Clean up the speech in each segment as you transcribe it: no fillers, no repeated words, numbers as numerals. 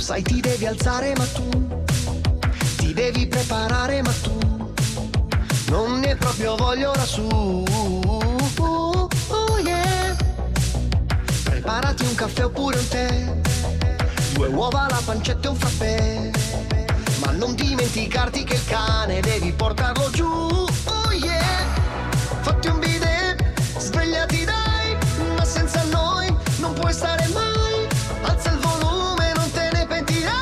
sai ti devi alzare ma tu ti devi preparare ma tu non ne hai proprio voglia ora su. Yeah. Preparati un caffè oppure un tè, 2 uova, la pancetta e un frappè, ma non dimenticarti che il cane devi portarlo giù. Oh yeah. Fatti un bidet, svegliati dai, ma senza noi non puoi stare mai. Alza il volume, non te ne pentirai.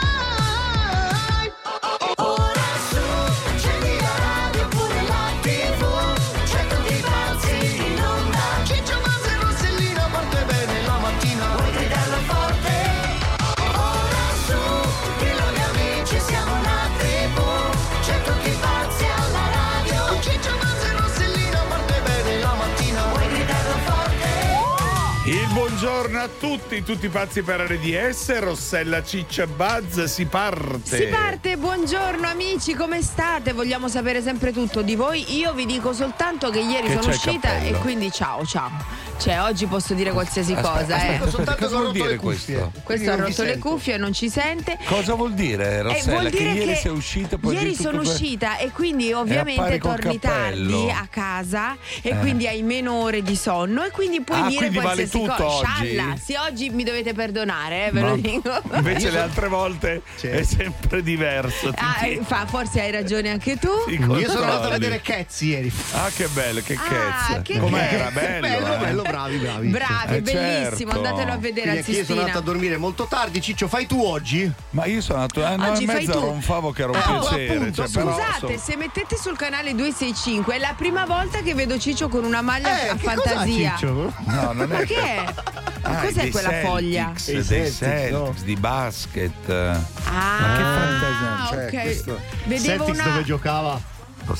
Ora su, accendi la radio pure la TV, c'è tutti i pazzi in onda. Ciccio, Base e Rossellino parte bene la mattina. Vuoi gridarlo forte? Ora su, dillo agli amici, siamo una tribù, c'è tutti i pazzi alla radio. Ciccio, Base e Rossellino parte bene la mattina. Vuoi gridarlo forte? Il buongiorno a tutti pazzi per RDS, Rossella, Ciccia e Buzz, si parte, buongiorno amici, come state? Vogliamo sapere sempre tutto di voi. Io vi dico soltanto che ieri sono uscita e quindi ciao. Cioè oggi posso dire qualsiasi cosa. Soltanto cosa vuol dire questo? Questo ha rotto le cuffie e non ci sente. Cosa vuol dire, Rossella? Vuol dire che ieri sei uscita, poi ieri sono uscita e quindi ovviamente torni tardi a casa e quindi hai meno ore di sonno e quindi puoi dire qualsiasi vale cosa. Oggi? Sì, oggi mi dovete perdonare, ve lo dico. Invece le altre volte è sempre diverso. Forse hai ragione anche tu. Io sono andato a vedere Cats ieri. Ah, che bello, che Cats. Che com'era? Bello, bravi. Bellissimo, certo. andatelo a vedere al Io sono andato a dormire molto tardi. Ciccio, fai tu oggi? Ma io sono andato oggi fai tu. ronfavo che era un piacere. Appunto, scusate, se mettete sul canale 265 è la prima volta che vedo Ciccio con una maglia a fantasia. Ciccio? No, non è. Ma che è? Cos'è quella foglia? Dei Celtics, di basket. Ma che fantasia c'è? Ok. Vedevo Celtics dove giocava?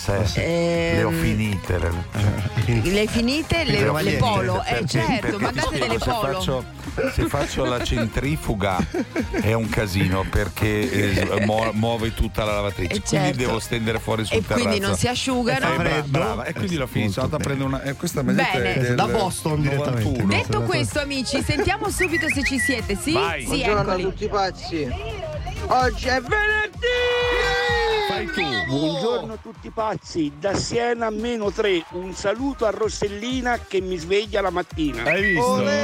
Le ho finite. Le finite? Le polo? Certo, mandate delle polo. Se faccio la centrifuga è un casino perché muove tutta la lavatrice, quindi devo stendere fuori sul terrazzo. E quindi non si asciugano. Brava, e quindi l'ho finito. Sono andato a prendere una. Questa Bene. Da Boston direttamente. Detto questo, amici, sentiamo subito se ci siete. Sì? Vai. Sì, buongiorno eccoli. a tutti pazzi. Oggi è venerdì! Fai tu. Buongiorno a tutti pazzi, da Siena a -3, un saluto a Rossellina che mi sveglia la mattina. Hai visto? Ole.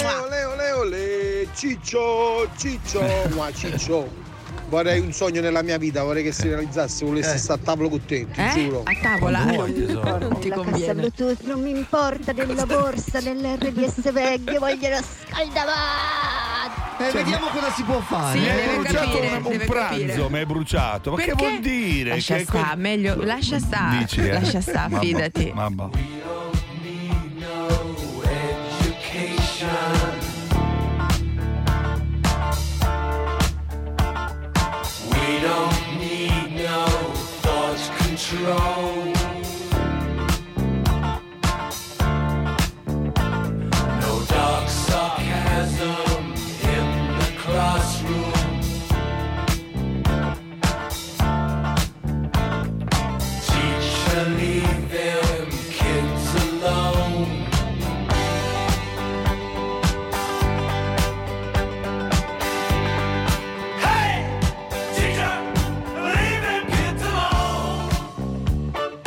Ciccio, ma Ciccio, vorrei un sogno nella mia vita, vorrei che si realizzasse, volessi stare a tavolo con te, ti giuro. A tavola? Non ti La cassa conviene. Bluetooth non mi importa, della borsa, dell'RDS vecchio, voglio lo scaldavano. Vediamo cosa si può fare. Sì, Mi hai deve bruciato capire, un deve pranzo, capire. mi hai bruciato. Ma Perché? che vuol dire? Lascia sta, meglio, lascia sta. Dici, Lascia sta, Mamma, fidati. Mamma. We don't need no thought control. No dark sarcasm in the classroom. Teacher, leave them kids alone. Hey! Teacher, leave them kids alone.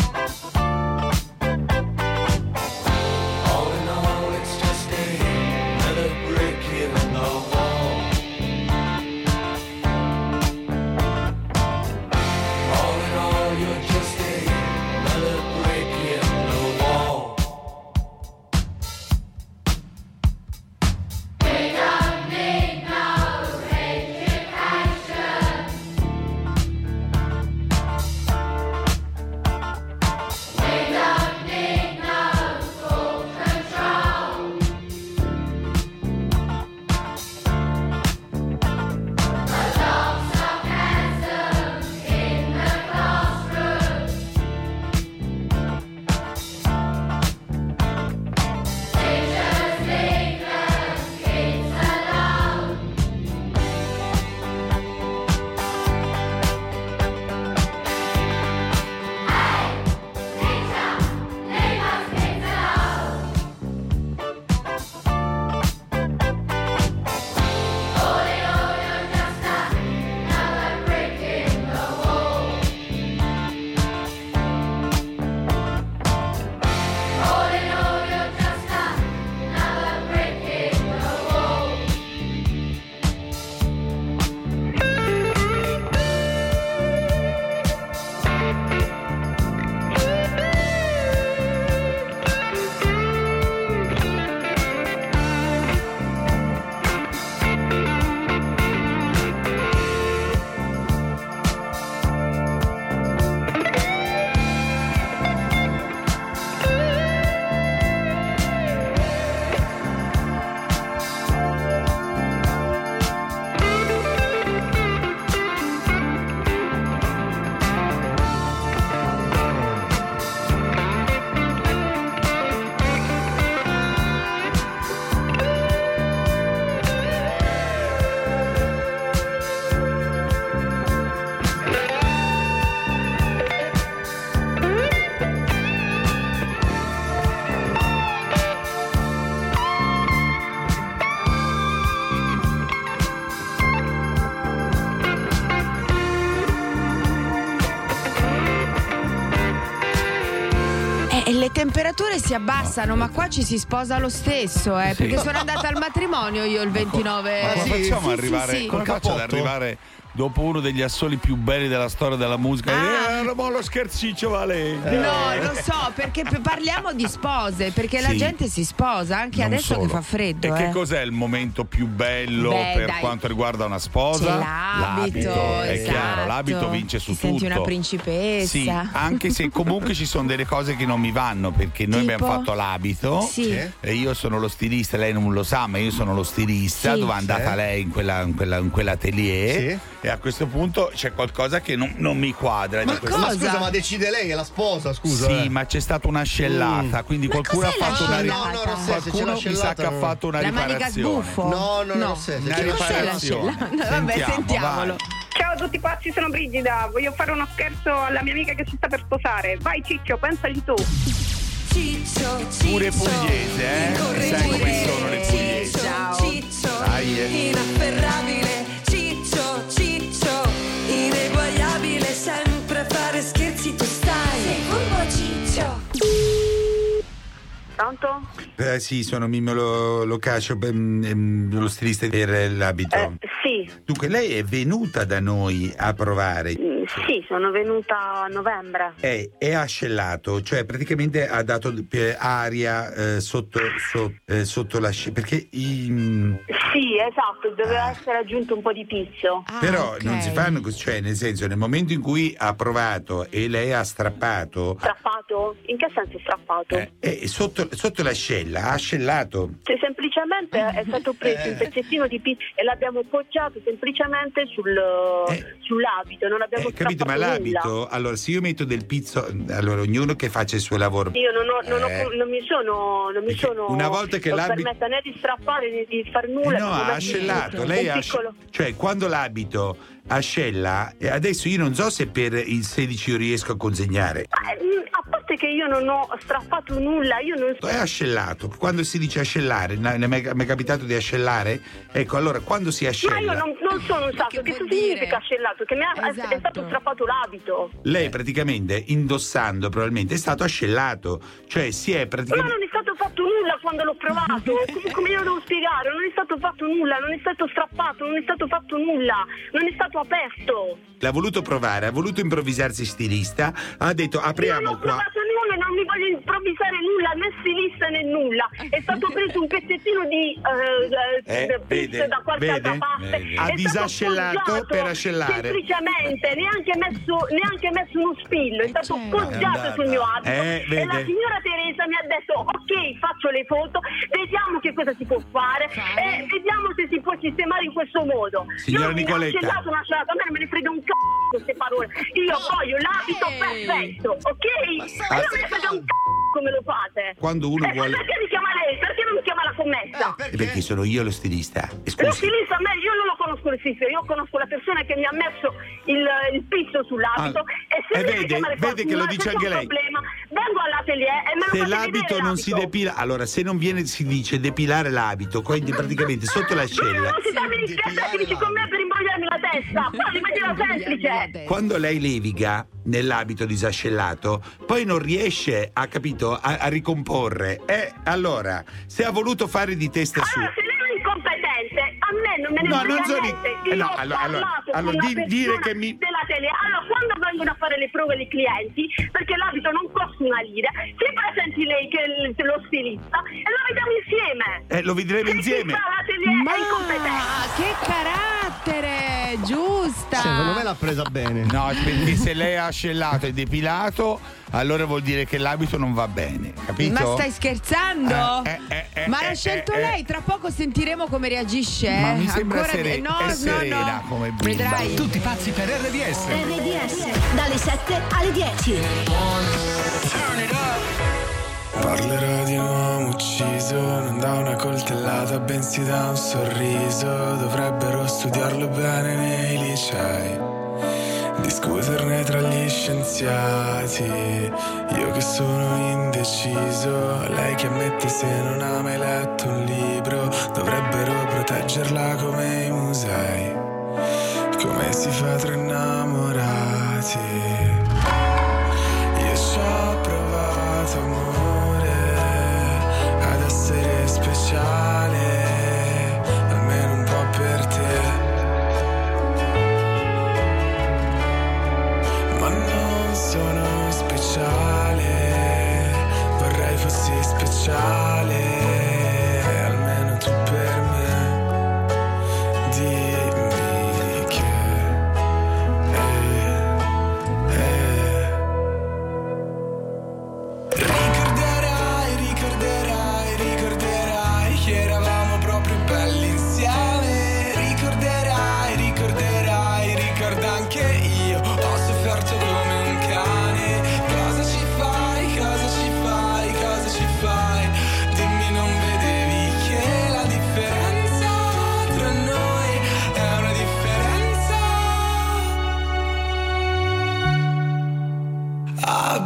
E le temperature si abbassano, ma qua ci si sposa lo stesso, perché sono andata al matrimonio io il 29. Ma come facciamo ad arrivare? Sì. Come faccio ad arrivare dopo uno degli assoli più belli della storia della musica? Ma lo scherziccio vale. No, lo so, perché parliamo di spose, perché la gente si sposa anche Non adesso solo. che fa freddo. E che cos'è il momento più bello per quanto riguarda una sposa? C'è l'abito, è esatto. chiaro, l'abito vince su Ti senti tutto. una principessa. Sì, anche se comunque ci sono delle cose che non mi vanno, perché noi Tipo? abbiamo fatto l'abito. Sì. E io sono lo stilista, lei non lo sa, ma io sono lo stilista. Sì. Dove è andata lei in quell'atelier? Sì. E a questo punto c'è qualcosa che non mi quadra. Ma scusa, ma decide lei, è la sposa, scusa. Sì, ma c'è stata un'ascellata, quindi qualcuno ha fatto una qualcuno mi sa che ha fatto una la manica riparazione. sbuffo? No, una riparazione. Vabbè, sentiamolo. Ciao a tutti pazzi, sono Brigida. Voglio fare uno scherzo alla mia amica che si sta per sposare. Vai Ciccio, pensagli tu. Pure pugliese, sai come sono le pugliesi. Dai, Inafferrabile, Ciccio, ineguagliabile, sempre a fare scherzi tu stai. Sei furbo Ciccio. Pronto? Sì, sono Mimmo Locascio, lo stilista per l'abito. Sì. Dunque, lei è venuta da noi a provare. Sì, sono venuta a novembre. È ascellato, cioè praticamente ha dato aria sotto la perché Sì, esatto, doveva essere aggiunto un po' di pizzo. però non si fanno così, cioè nel senso nel momento in cui ha provato e lei ha strappato. Strappato? In che senso strappato? Sotto l'ascella ha ascellato. Cioè, semplicemente è stato preso un pezzettino di pizzo e l'abbiamo poggiato semplicemente sull'abito, non abbiamo Capito, ma strappato l'abito, nulla. allora se io metto del pizzo, allora ognuno che faccia il suo lavoro. Io non mi sono una volta che l'abito permessa né di strappare né di far nulla. no, ha ascellato. Lei ha cioè quando l'abito ascella, adesso io non so se per il 16 io riesco a consegnare. A parte che io non ho strappato nulla, io non È ascellato. Quando si dice ascellare, mi è capitato di ascellare? Ecco, allora quando si ascella. Ma io non sono un sacco, che significa ascellato? Che è stato strappato l'abito. Lei praticamente indossando probabilmente è stato ascellato, cioè si è Ma praticamente. non è stato fatto nulla quando l'ho provato. Come io devo spiegare? Non è stato fatto nulla, non è stato strappato, non è stato fatto nulla, non è stato aperto. L'ha voluto provare, ha voluto improvvisarsi stilista, ha detto apriamo Io non ho qua. provato nulla, non mi voglio improvvisare nulla, né stilista né nulla. È stato preso un pezzettino di pizzo da qualche altra parte. Ha È stato disascellato poggiato per ascellare. semplicemente, neanche messo uno spillo, è stato poggiato sul mio abito. E vede. la signora Teresa mi ha detto ok, faccio le foto, vediamo che cosa si può fare e vediamo se si può sistemare in questo modo. Signora Io Nicoletta. ascellato, a me non me ne frega un c***o queste parole. Io voglio l'abito perfetto, ok? E non me ne frega un c***o come lo fate. Quando uno vuole. Perché mi chiama lei? Perché non mi chiama la commessa? Perché sono io lo stilista. Lo Scusi. stilista a me, io non lo conosco il stilista, io conosco la persona che mi ha messo il pizzo sull'abito e se mi vede che lo dice anche lei. Problema, vengo all'atelier e me lo Se fate l'abito vedere non si depila, allora se non viene si dice depilare l'abito, quindi praticamente sotto l'ascella. Non si termini scherzativici con me per imbrogliarmi la testa, parli in maniera semplice. Quando lei leviga nell'abito disascellato, poi non riesce a ricomporre. Allora, se ha voluto fare di testa su. Allora, se lei è incompetente, a me non me ne frega niente. Io ho parlato con una persona dell'atelier. Allora, quando vengono a fare le prove dei clienti, perché l'abito non costa una lira, si presenti lei che è lo stilista e lo vediamo insieme. Lo vedremo insieme. Ma che carattere, giusta. Secondo me l'ha presa bene. No, perché se lei ha ascellato e depilato, allora vuol dire che l'abito non va bene, capito? Ma stai scherzando? Ma l'ha scelto lei, tra poco sentiremo come reagisce. Ma mi sembra Ancora è serena come bimba. Vedrai. Tutti pazzi per RDS. RDS, dalle 7 alle 10. Parlerò di un uomo ucciso, non da una coltellata bensì da un sorriso. Dovrebbero studiarlo bene nei licei, discuterne tra gli scienziati. Io che sono indeciso, lei che ammette se non ha mai letto un libro. Dovrebbero proteggerla come i musei, come si fa tra innamorati. Io ci ho provato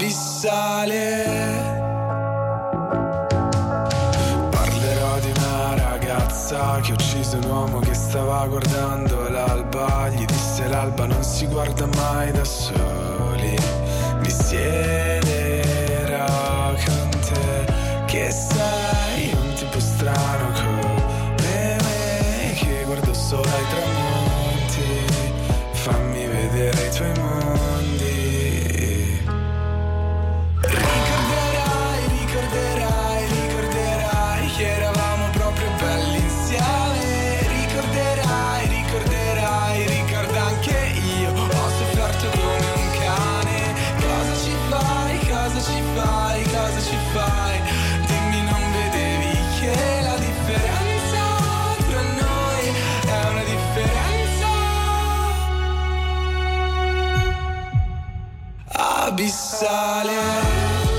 abissale. Parlerò di una ragazza che ha ucciso un uomo che stava guardando l'alba. Gli disse l'alba non si guarda mai da soli. Mi siederò con te, che sei un tipo strano come me, che guardo solo ai tramonti. Fammi vedere i tuoi mondi. Ricorderai che eravamo proprio belli insieme. Ricorderai, ricorda anche io. Ho sofferto come un cane. Cosa ci fai? Dimmi, non vedevi che la differenza tra noi è una differenza abissale.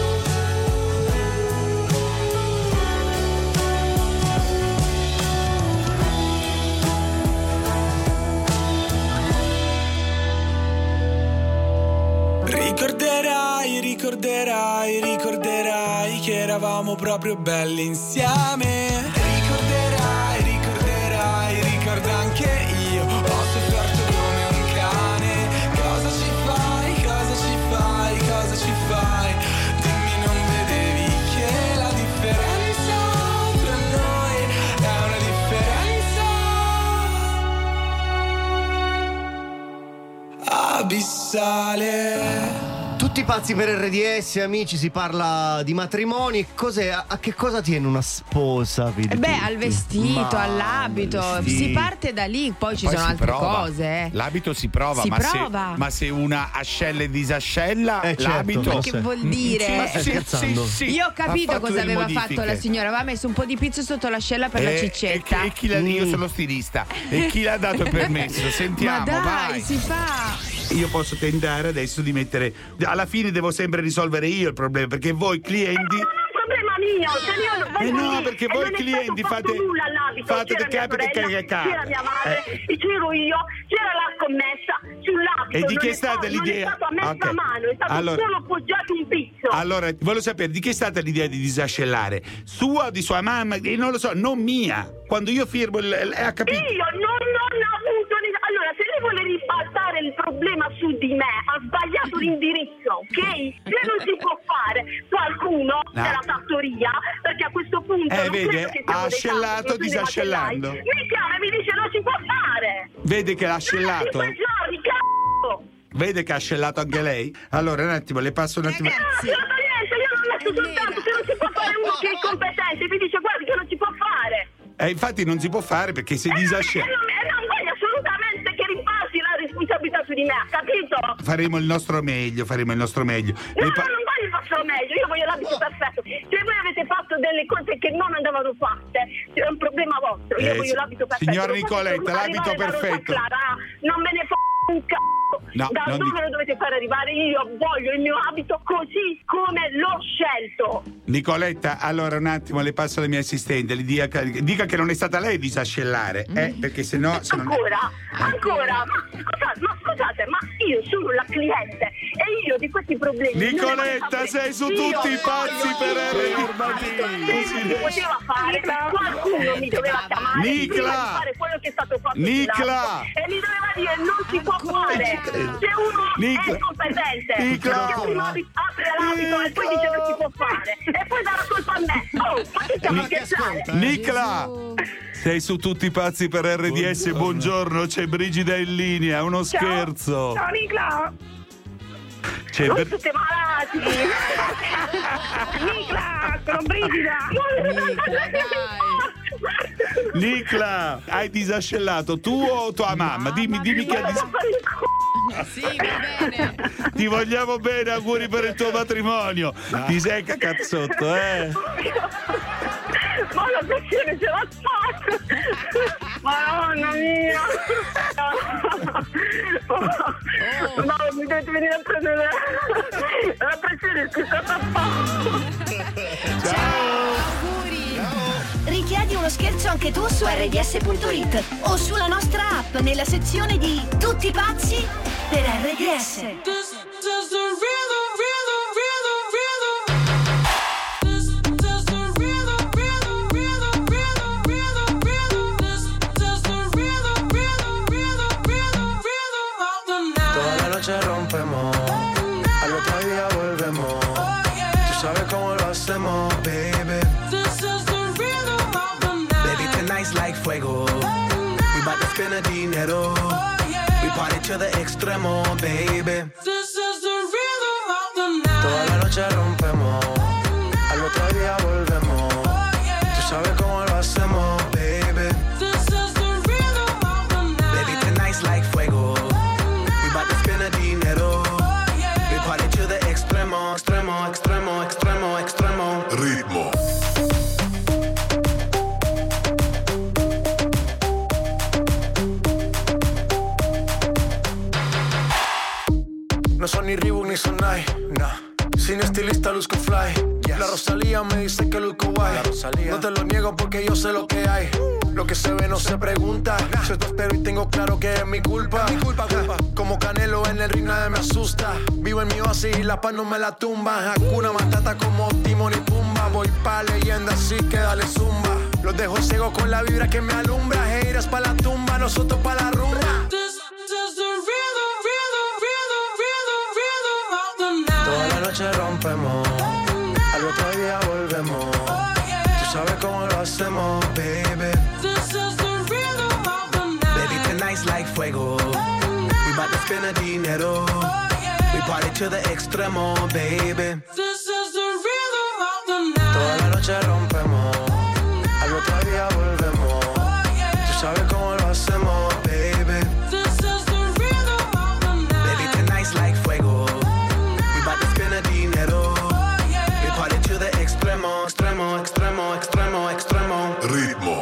Ricorderai che eravamo proprio belli insieme. Ricorderai, ricorda anche io. Ho sofferto come un cane. Cosa ci fai? Dimmi, non vedevi che la differenza tra noi è una differenza abissale. Tutti pazzi per RDS, amici, si parla di matrimoni. Cos'è? A che cosa tiene una sposa? Al vestito, all'abito. Si parte da lì, poi ci sono altre cose. L'abito si prova, ma se una ascella e disascella, l'abito. Ma che vuol dire? Sì. Io ho capito cosa aveva fatto la signora, aveva messo un po' di pizzo sotto l'ascella per la ciccetta. Io sono stilista. E chi l'ha dato il permesso? Sentiamo, ma dai, vai. si fa. Io posso tentare adesso di mettere. Alla fine devo sempre risolvere io il problema, perché voi clienti. Problema mio, no, perché voi clienti fate nulla all'abito. Fate che capita che c'era mia madre, c'ero io, c'era la scommessa sull'abito. E di chi è stata l'idea? Non è stata messa a mano, è stato solo appoggiato un pizzo. Allora, voglio sapere di chi è stata l'idea di disascellare? Sua o di sua mamma? Non lo so, non mia. Quando io firmo ha capito. Io non ho avuto. Allora, se lei vuole ribaltare il problema su di me, ha sbagliato l'indirizzo, ok? Se non si può fare, qualcuno della fattoria, perché a questo punto non vede, credo che ha ascellato disascellando. Mi chiama e mi dice non si può fare. Vede che l'ha ascellato? Giorni, Vede che ha ascellato anche lei? Allora, un attimo, le passo un attimo. Io non ho detto soltanto che non si può fare, uno che è incompetente mi dice guarda che non si può fare. Infatti non si può fare perché se disascella. Non voglio assolutamente che ripassi la responsabilità su di me, capito? Faremo il nostro meglio. No, non voglio il vostro meglio, io voglio l'abito perfetto. Se voi avete fatto delle cose che non andavano fatte, è un problema vostro. Io voglio l'abito perfetto. Signora Nicoletta, l'abito perfetto. Non me ne un c***o. No, da dove lo dovete far arrivare? Io voglio il mio abito così come l'ho scelto. Nicoletta, allora un attimo, le passo la mia assistente, le dica che non è stata lei a disascellare, perché sennò Ancora? Ma scusate, ma io sono la cliente e io di questi problemi. Nicoletta, sei su tutti i pazzi per non si poteva fare, qualcuno mi doveva chiamare prima di fare quello che è stato fatto e mi doveva dire non si può fare. Se uno è competente, perché prima apre l'abito e poi dice non si può fare e poi dà la colpa a me. Ma che stiamo scherzando? Nicla, sei su tutti i pazzi per RDS. Buongiorno, c'è Brigida in linea, uno scherzo. Ciao Nicla. Non tutti malati. Nicla, sono Brigida. Nicla, hai disascellato tu o tua mamma? Dimmi che ha disascellato. Sì, va bene. Ti vogliamo bene, auguri per il tuo matrimonio. Ti sei cacazzotto, Ma la pressione ce l'ha fatta. Madonna mia. No, mi dovete venire a prendere. La pressione è stata fatta. Ciao. Auguri. Richiedi uno scherzo anche tu su rds.it o sulla nostra app nella sezione di Tutti pazzi per RDS. This is the real spend the dinero. We party to the extremo, baby. This is the rhythm of the night. Toda la noche rompemos, al otro día volvemos. Tú sabes cómo lo hacemos, baby. This is the rhythm of the night. Baby, tonight's like fuego. We bout to spend the dinero. We party to the extremo, extremo, extremo, extremo, extremo. Ritmo. No son ni Reebok ni Sonai, nah. Sin estilista luzco fly. La Rosalía me dice que luzco guay. No te lo niego porque yo sé lo que hay. Lo que se ve no se pregunta. Soy tostero y tengo claro que es mi culpa. Como Canelo en el ring nadie me asusta. Vivo en mi oasis y la paz no me la tumba. Hakuna Matata como Timon y Pumba. Voy pa' leyenda así que dale zumba. Los dejo ciego con la vibra que me alumbra. Heiras pa' la tumba, nosotros pa' la rumba. Toda la noche rompemos, al otro día volvemos. Tú sabes cómo lo hacemos, baby. This is the rhythm of the night. Baby, tonight's like fuego. We bout to spend the dinero. We party to the extremo, baby. This is the rhythm of the night. Toda la noche rompemos, al otro día volvemos. Tú sabes cómo lo hacemos, baby. This is the rhythm of the night. Baby, tonight's like fuego. Spend the dinero. We party to the extremo, extremo, extremo, extremo, extremo. Ritmo.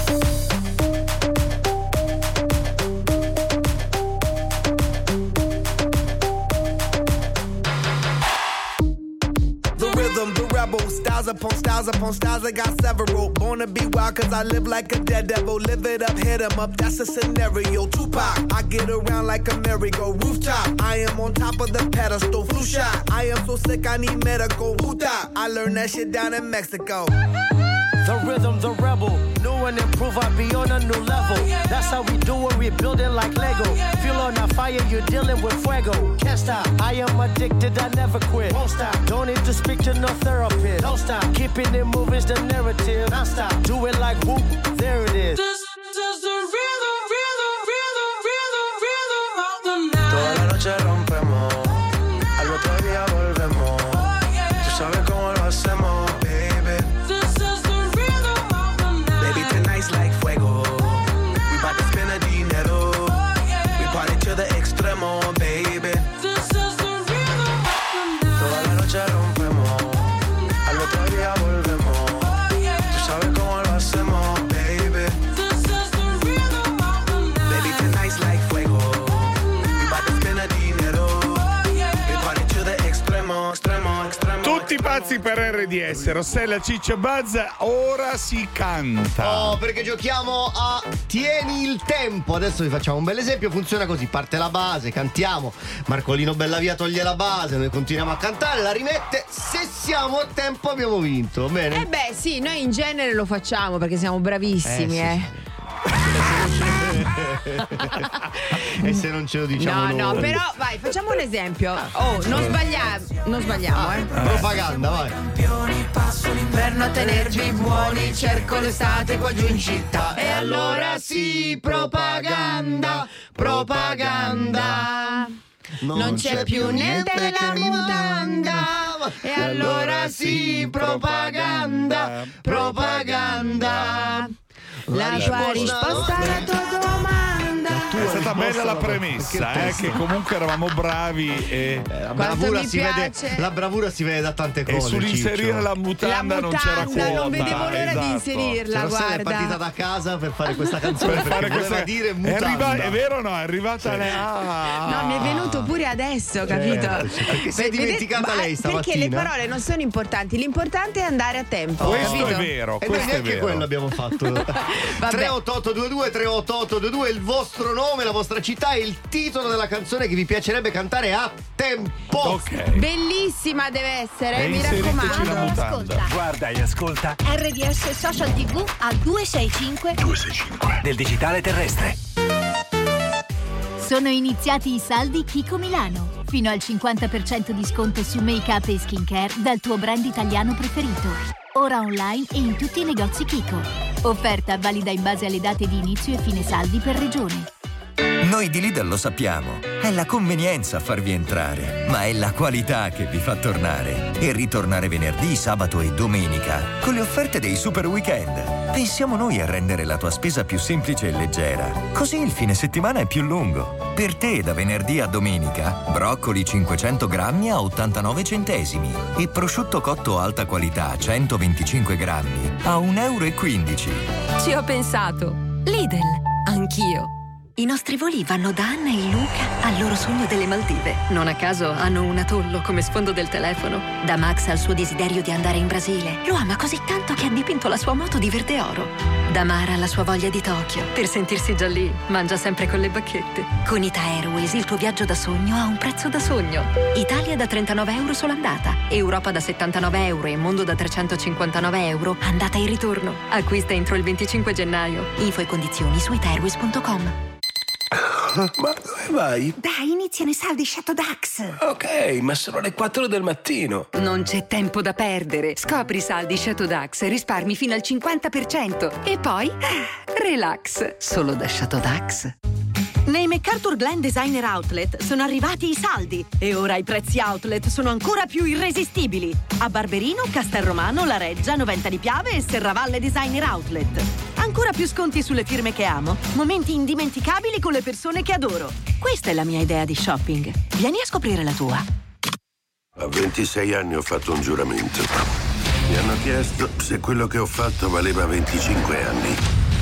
The rhythm, the rebel. Styles upon styles upon styles, I got several. Born to be wild cause I live like a dead devil. Live it up, hit 'em up, that's a scenario. Tupac, I get around like a merry-go. Rooftop, I am on top of the pedestal. Flu shot, I am so sick I need medical. Puta, I learned that shit down in Mexico. The rhythm, the rebel. New and improve, I be on a new level. That's how we do it, we build it like Lego. Feel on a fire, you're dealing with fuego. Can't stop, I am addicted, I never quit. Won't stop, don't need to speak to no therapist. Don't stop, keeping it moving's the narrative. Non stop, do it like whoop, there it is. This is the rhythm, rhythm, rhythm, rhythm, rhythm of the night. Toda la noche rompemos, al otro día volvemos. Tú sabes cómo lo hacemos, baby. This is the rhythm of the night. Baby, tonight's like fuego. We bout to spend the dinero. We party to the extremo, baby. This is the rhythm of the night. Toda la noche rompemos, al otro día volvemos. Tú sabes cómo lo hacemos, baby. This is the rhythm of the night. Baby, tonight's like fuego. We bout to spend the dinero. We party to the extremo, extremo, extremo. Tutti pazzi per RDS, Rossella, Ciccio e Buzz, ora si canta. Oh, perché giochiamo a Tieni il tempo. Adesso vi facciamo un bel esempio, funziona così: parte la base, cantiamo, Marcolino Bellavia toglie la base, noi continuiamo a cantare, la rimette, se siamo a tempo abbiamo vinto, bene? Eh beh sì, noi in genere lo facciamo perché siamo bravissimi, E se non ce lo diciamo noi? No, però vai, facciamo un esempio. Oh, non sbagliamo, Propaganda, vai. Passo l'inverno a tenervi buoni, cerco l'estate qua giù in città. E allora sì, propaganda, propaganda. Non c'è più niente nella mutanda. E allora sì, propaganda, propaganda. La tua risposta alla tua domanda. È stata bella la premessa, che comunque eravamo bravi e la bravura si vede da tante cose. E sull'inserire Ciccio. la mutanda non c'era quota. Non vedevo l'ora di inserirla, Rossella guarda. è partita da casa per fare questa canzone perché voleva dire mutanda. È vero o no? È arrivata No, mi è venuto pure adesso, capito? Perché si è dimenticata lei stamattina. Perché le parole non sono importanti, l'importante è andare a tempo. Questo capito? è vero, E questo noi è neanche vero. quello abbiamo fatto. 38822 38822 il vostro nome, la vostra città e il titolo della canzone che vi piacerebbe cantare a tempo. Ok. Bellissima deve essere, E mi inseriteci raccomando. la mutanda. Guarda e ascolta RDS Social TV al 265 del digitale terrestre. Sono iniziati i saldi Kiko Milano. Fino al 50% di sconto su make-up e skincare dal tuo brand italiano preferito. Ora online e in tutti i negozi Kiko. Offerta valida in base alle date di inizio e fine saldi per regione. Noi di Lidl lo sappiamo, è la convenienza a farvi entrare, ma è la qualità che vi fa tornare. E ritornare venerdì, sabato e domenica, con le offerte dei super weekend. Pensiamo noi a rendere la tua spesa più semplice e leggera, così il fine settimana è più lungo. Per te, da venerdì a domenica, broccoli 500 grammi a 89 centesimi e prosciutto cotto alta qualità 125 grammi a 1,15 €. Ci ho pensato. Lidl, anch'io. I nostri voli vanno da Anna e Luca al loro sogno delle Maldive. Non a caso hanno un atollo come sfondo del telefono. Da Max al suo desiderio di andare in Brasile. Lo ama così tanto che ha dipinto la sua moto di verde oro. Da Mara alla sua voglia di Tokyo. Per sentirsi già lì, mangia sempre con le bacchette. Con Ita Airways il tuo viaggio da sogno ha un prezzo da sogno. Italia da 39 € sola andata. Europa da 79 € e Mondo da 359 € andata e ritorno. Acquista entro il 25 gennaio. Info e condizioni su itaairways.com. Ma dove vai? Dai, iniziano i saldi Chateau Dax. Ok, ma sono le 4 del mattino. Non c'è tempo da perdere. Scopri i saldi Chateau Dax e risparmi fino al 50%. E poi, relax. Solo da Chateau Dax. Nei MacArthur Glen Designer Outlet sono arrivati i saldi e ora i prezzi outlet sono ancora più irresistibili. A Barberino, Castelromano, La Reggia, Noventa di Piave e Serravalle Designer Outlet. Ancora più sconti sulle firme che amo, momenti indimenticabili con le persone che adoro. Questa è la mia idea di shopping. Vieni a scoprire la tua. A 26 anni ho fatto un giuramento. Mi hanno chiesto se quello che ho fatto valeva 25 anni.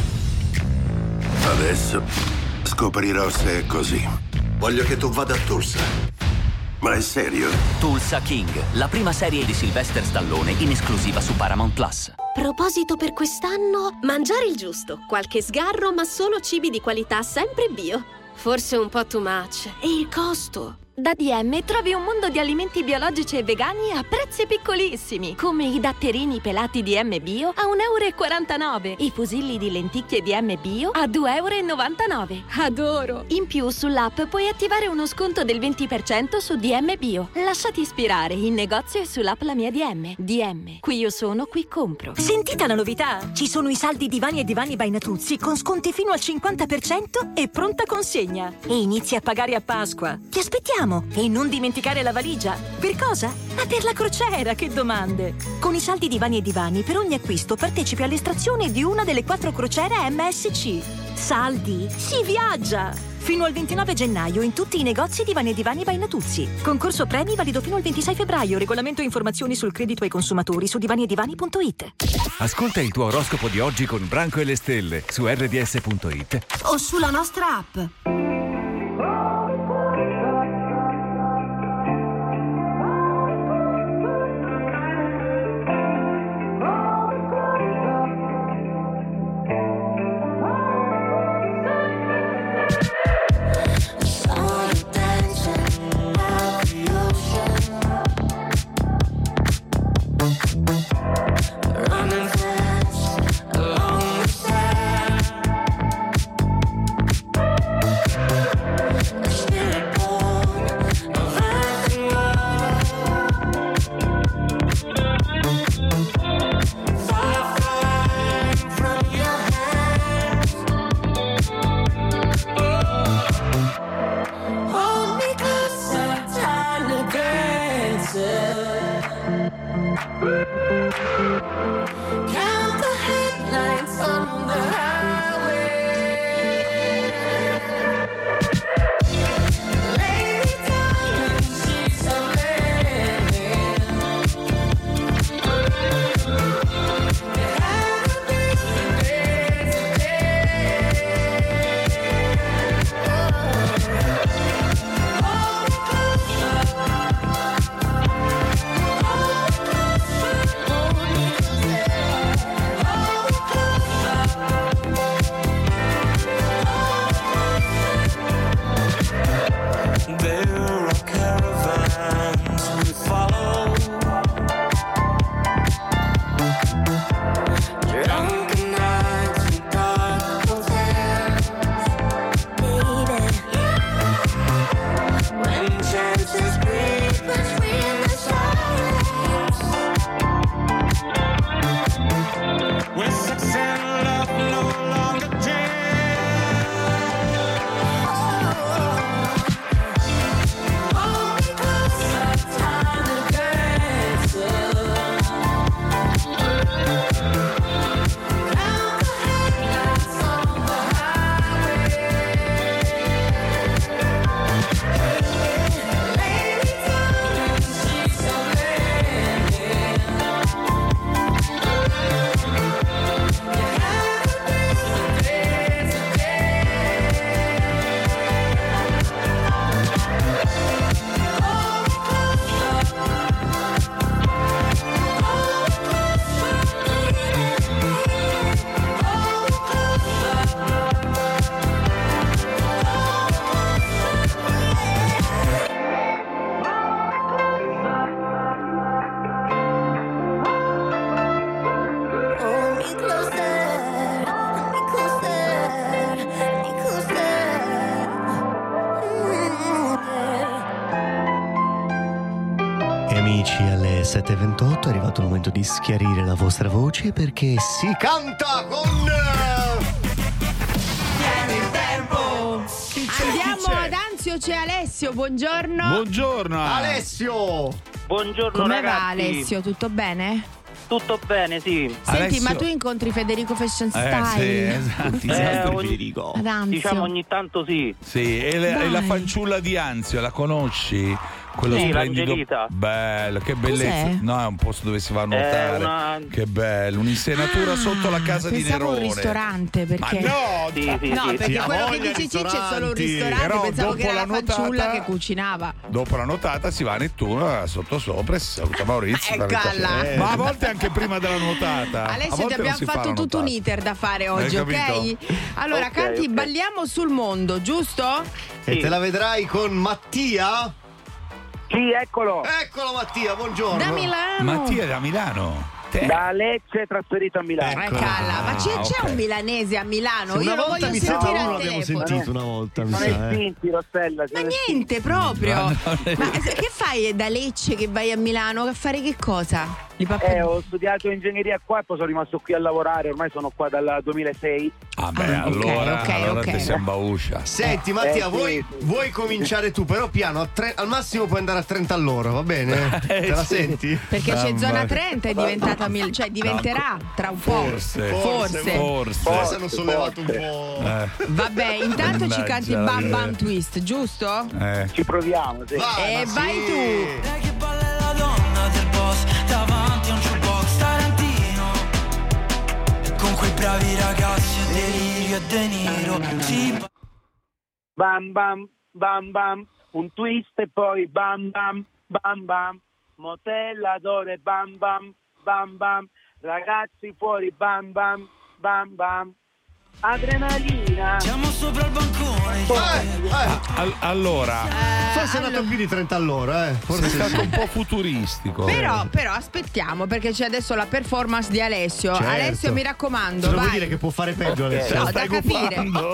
Adesso scoprirò se è così. Voglio che tu vada a Tulsa. Ma è serio? Tulsa King, la prima serie di Sylvester Stallone in esclusiva su Paramount Plus. Proposito per quest'anno, mangiare il giusto, qualche sgarro ma solo cibi di qualità sempre bio. Forse un po' too much. E il costo? Da DM trovi un mondo di alimenti biologici e vegani a prezzi piccolissimi, come i datterini pelati DM Bio a 1,49 €, i fusilli di lenticchie DM Bio a 2,99 €. Adoro! In più sull'app puoi attivare uno sconto del 20% su DM Bio. Lasciati ispirare in negozio e sull'app La Mia DM. DM. Qui io sono, qui compro. Sentite la novità! Ci sono i saldi divani e divani by Natuzzi con sconti fino al 50% e pronta consegna. E inizi a pagare a Pasqua. Ti aspettiamo! E non dimenticare la valigia. Per cosa? Ma per la crociera, che domande! Con i saldi divani e divani, per ogni acquisto partecipi all'estrazione di una delle 4 crociere MSC. Saldi? Si viaggia! Fino al 29 gennaio in tutti i negozi Divani e Divani by Natuzzi. Concorso premi valido fino al 26 febbraio. Regolamento e informazioni sul credito ai consumatori su divaniedivani.it. Ascolta il tuo oroscopo di oggi con Branco e le stelle su rds.it o sulla nostra app. amici, alle 7:28 è arrivato il momento di schiarire la vostra voce perché si canta con... Tieni il tempo! Andiamo ad Anzio, c'è Alessio, buongiorno. Buongiorno Alessio! Buongiorno Come ragazzi. va Alessio, tutto bene? Tutto bene, sì. Senti, Alessio... ma tu incontri Federico Fashion Style? Sì, esatto. Federico. Ad Anzio. Diciamo ogni tanto sì. Sì, è la fanciulla di Anzio, la conosci? Quello Sì, splendido. l'Angelita. Bello, che bellezza. Cos'è? No, è un posto dove si va a nuotare. Che bello, un'insenatura sotto la casa di pensavo Nerone. un ristorante, perché... Ma no, no, perché quello che dice Ciccio è solo un ristorante. Però pensavo che dopo era la la fanciulla nuotata- che cucinava. Dopo la nuotata si va a Nettuno sotto sopra e si saluta Maurizio. Eccola. Ma a volte anche prima della nuotata. A Alessio, volte ti abbiamo non si fa fatto la tutto un nuotata. iter da fare oggi, Hai ok? capito? Allora, Ok, canti ok. Balliamo sul mondo, giusto? E te la vedrai con Mattia? Sì, eccolo. Eccolo Mattia, buongiorno. Da Milano. Mattia è da Milano. Da Lecce trasferito a Milano. Calla, ma c'è ok. un milanese a Milano? Una Io lo volta voglio mi sembra sentire uno al l'abbiamo telefono. sentito una volta, mi Non sa. è spinti, Rossella. Ma niente proprio. No, Ma che fai da Lecce che vai a Milano? A fare che cosa? Ho studiato ingegneria qua e poi sono rimasto qui a lavorare. Ormai sono qua dal 2006. Ah beh, allora te sei un bauscia. Senti Mattia, sì, vuoi cominciare tu, però piano, al massimo puoi andare a 30 all'ora, va bene? Te la sì. senti? Perché c'è zona 30 è diventata cioè diventerà tra un po'. Forse hanno sollevato un po'. Vabbè, intanto ci canti Mannaggia la Bam Bam miseria. Twist, giusto? Ci proviamo, sì. E vai tu. Lei che balla è la donna del boss, davanti a un jukebox Tarantino, con quei bravi ragazzi e Delirio e De Niro. Sì. Bam bam, bam bam, un twist e poi bam bam, bam bam, motellatore bam bam, bam bam, ragazzi fuori bam bam, bam bam, adrenalina. Siamo sopra il bancone. Allora, Forse è andato più di 30 all'ora, Forse sei stato un po' futuristico. Però aspettiamo perché c'è adesso la performance di Alessio. Certo. Alessio, mi raccomando, Cosa vai. vuol dire che può fare peggio Alessio? No, Stai da capire. gufando?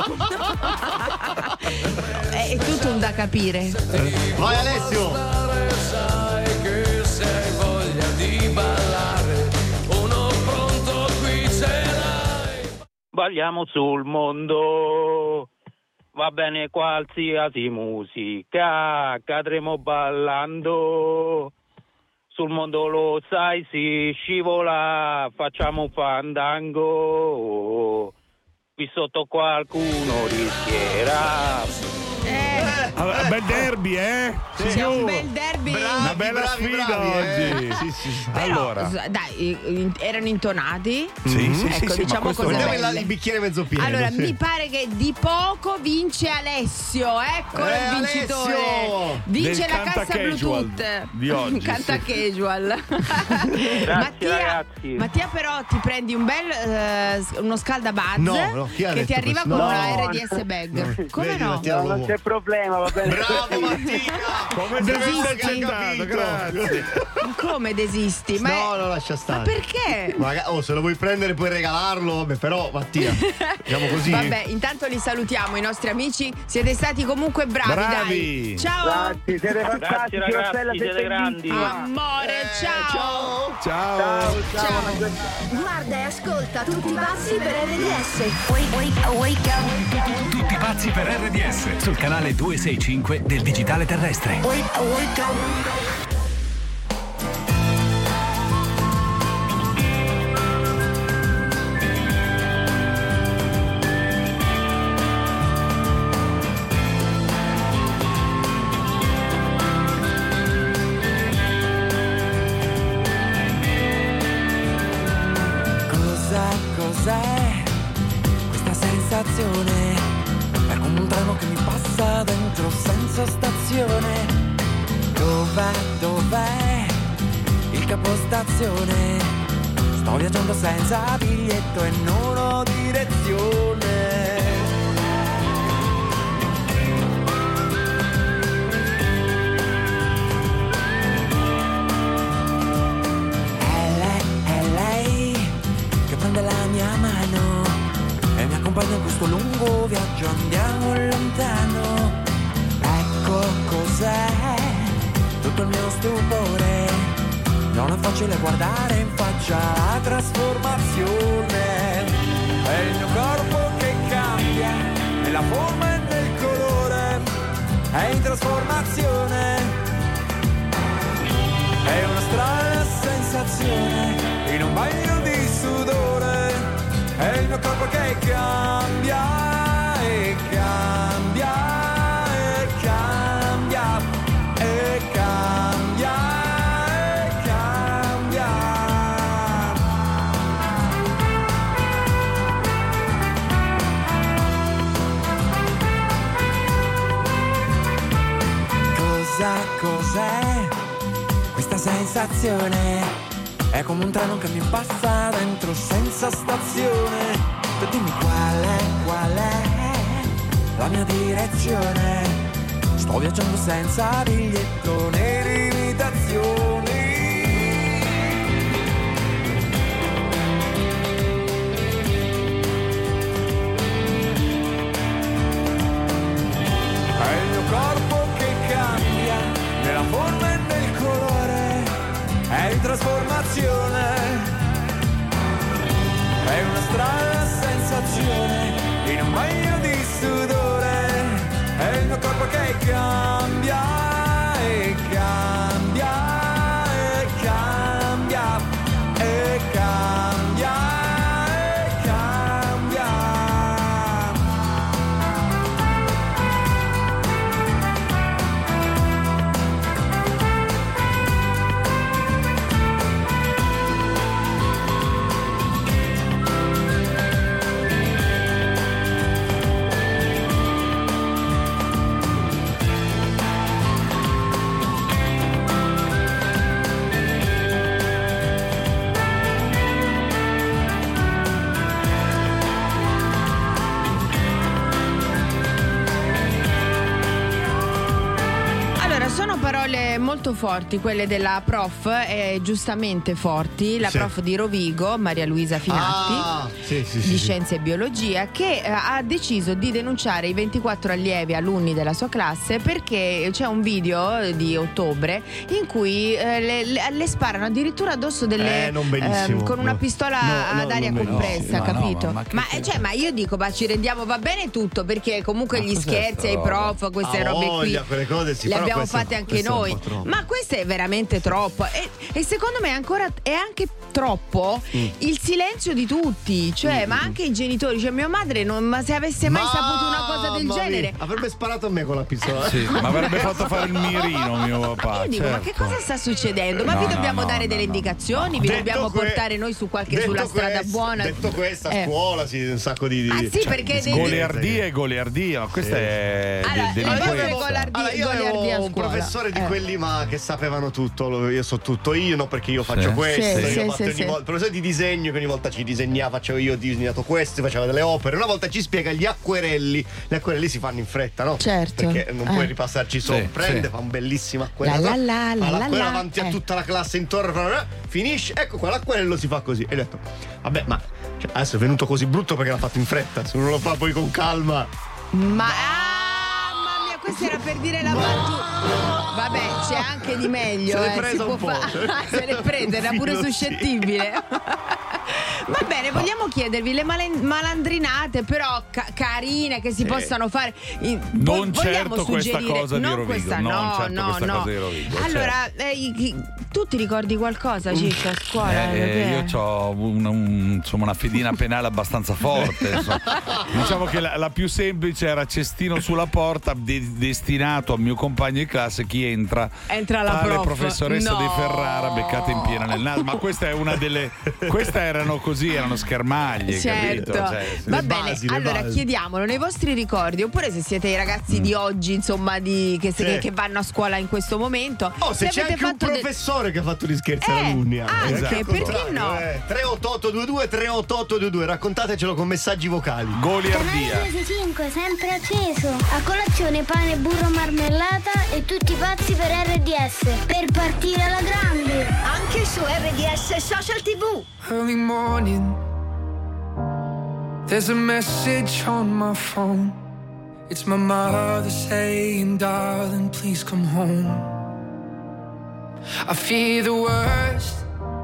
È tutto un da capire. Vai Alessio! Sai che sei voglia di ballare. Uno pronto qui ce l'hai. Balliamo sul mondo, va bene qualsiasi musica, cadremo ballando. Sul mondo lo sai, si scivola, facciamo un fandango. Qui sotto qualcuno rischierà. Allora, bel derby, C'è un bel derby. Una bella sfida oggi. Sì. Però, Allora, dai, erano intonati. sì, Ecco, sì, diciamo ma questo cose no. belle. Il bicchiere mezzo pieno. Allora, sì. mi pare che di poco vince Alessio. Eccolo il vincitore. Alessio! Vince Del la Canta cassa Casual Bluetooth. di oggi, Canta sì. casual. ragazzi. Mattia, però ti prendi un bel uno scaldabuzz No, chi ha che ti detto arriva questo? con No. una RDS bag. Come Vedi, no? Mattia, Non c'è problema, va bene. Bravo Mattia! come deve essere Desisti? accettato, grazie. Ma come desisti? Ma, No, no, lascia stare. ma perché? Se lo vuoi prendere puoi regalarlo, vabbè, però Mattia, diciamo così. Vabbè, intanto li salutiamo, i nostri amici. Siete stati comunque bravi, Bravi. dai. Ciao. Grazie, siete fantastici, Grazie, ragazzi, Rossella, siete grandi. Amore, ciao. Ciao. Guarda e ascolta tutti pazzi per RDS. Tutti pazzi per RDS sul canale 265 del digitale terrestre. Cos'è questa sensazione? È come un treno che mi passa dentro senza stazione. Dov'è il capostazione? Sto viaggiando senza biglietto e non ho direzione. È lei che prende la mia mano e mi accompagna in questo lungo viaggio, andiamo lontano. Ecco cos'è tutto il mio stupore, facile guardare in faccia la trasformazione. È il mio corpo che cambia, nella forma e nel colore, è in trasformazione. È una strana sensazione, in un bagno di sudore, è il mio corpo che cambia e cambia e cambia e cambia e cambia. Cos'è questa sensazione? È come un treno che mi passa dentro senza stazione. Tu dimmi qual è la mia direzione. Sto viaggiando senza biglietto né limitazioni. È il mio corpo che cambia, nella forma e nel colore, è in trasformazione. È una strana sensazione, in un bagno di sudore, è il mio corpo che cambia e cambia e cambia e cambia e cambia. Sono parole molto forti quelle della prof, giustamente forti, la prof di Rovigo, Maria Luisa Finatti, di Scienze e Biologia, che ha deciso di denunciare i 24 allievi alunni della sua classe perché c'è un video di ottobre in cui le sparano addirittura addosso delle con una pistola ad aria compressa, capito? Ma io dico, ma ci rendiamo, va bene tutto, perché comunque gli scherzi ai prof, queste robe qui quelle cose le abbiamo fatte anche noi, ma questo è veramente troppo, e secondo me è anche troppo il silenzio di tutti, cioè ma anche i genitori, cioè mia madre ma se avesse mai saputo una cosa del genere avrebbe sparato a me con la pistola. Ma avrebbe fatto fare il mirino mio papà. Io dico, ma che cosa sta succedendo? Ma vi dobbiamo dare delle indicazioni, vi dobbiamo portare noi sulla strada buona. Detto questo, a scuola un sacco di perché goliardia, ma questa è io avevo un professore di quelli ma che sapevano tutto, io so tutto, perché io faccio questo, io ho fatto ogni volta, professore di disegno che ogni volta ci disegnava, facevo io, ho disegnato questo, faceva delle opere, una volta ci spiega gli acquerelli si fanno in fretta, no? Certo. Perché non puoi ripassarci sopra, fa un bellissimo acquerello, l'acquerello davanti a tutta la classe intorno, finisce, ecco qua l'acquerello si fa così, e ho detto vabbè, ma adesso è venuto così brutto perché l'ha fatto in fretta, se uno lo fa poi con calma questo era per dire la battuta. Vabbè, c'è anche di meglio, si può fare. Se l'è presa, era pure suscettibile. Va bene, vogliamo chiedervi le malandrinate, però carine, che si possano fare. Non certo questa cosa di Rovigo. Allora, tu ti ricordi qualcosa, Ciccio, a scuola? Io ho una fedina penale abbastanza forte. Diciamo che la più semplice era cestino sulla porta destinato al mio compagno di classe. Chi entra la professoressa di Ferrara beccata in piena nel naso. Ma questa è una delle. Queste erano così, erano schermaglie, certo. Capito? Va bene, allora chiediamolo nei vostri ricordi, oppure se siete i ragazzi di oggi, insomma, che vanno a scuola in questo momento. Se c'è anche un professore che ha fatto gli scherzi agli alunni. Anche, perché no? 38822 38822, raccontatecelo con messaggi vocali. Goliardia. Canale 5 sempre acceso. A colazione pane, burro, marmellata e tutti pazzi per RDS. Per partire alla grande. Anche su RDS Social TV. Early morning, there's a message on my phone. It's my mother saying, darling, please come home. I fear the worst,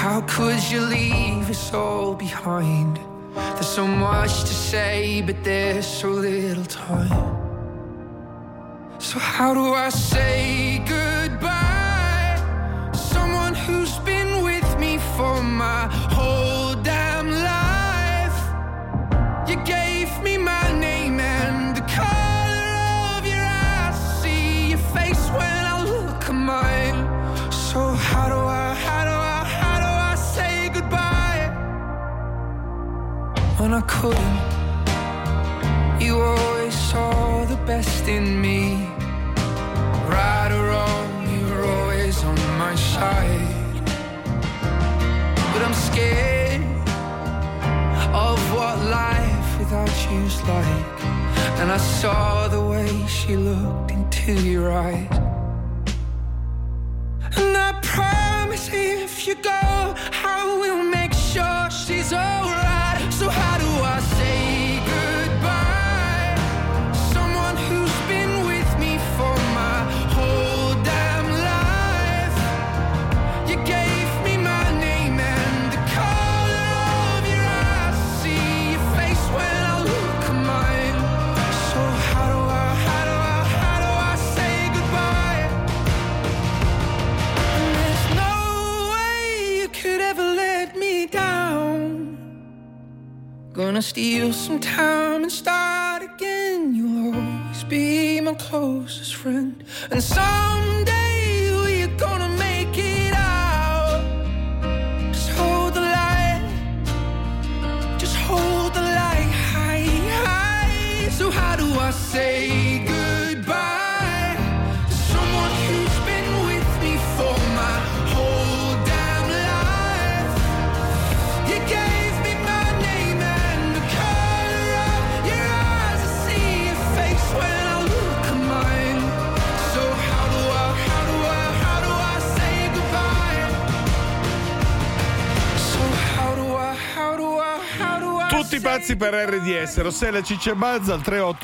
how could you leave us all behind? There's so much to say, but there's so little time. So how do I say goodbye to someone who's been with me for my whole damn life? You gave me my name and the color of your eyes. See your face when I look at mine. So how do I say goodbye when I couldn't? You always saw the best in me. Right or wrong, you were always on my side. But I'm scared of what life without you's like. And I saw the way she looked into your eyes. And I promise if you go, I will make sure she's alright. So how do I say goodbye to someone who's been with me for my whole damn life? You gave me my name and the color of your eyes. See your face when I look at mine. So how do I say goodbye? And there's no way you could ever let me down. Gonna steal some time and start again. You'll always be my closest friend. And someday we're gonna make it out. Just hold the light. Just hold the light high, high. So how do I say goodbye to someone who's been with me for my whole damn life? You gave me my name and the color of your eyes. I see your face when I look at mine. So how do I say goodbye? So how do I Tutti pazzi per RDS. Rossella Ciccia Bazza al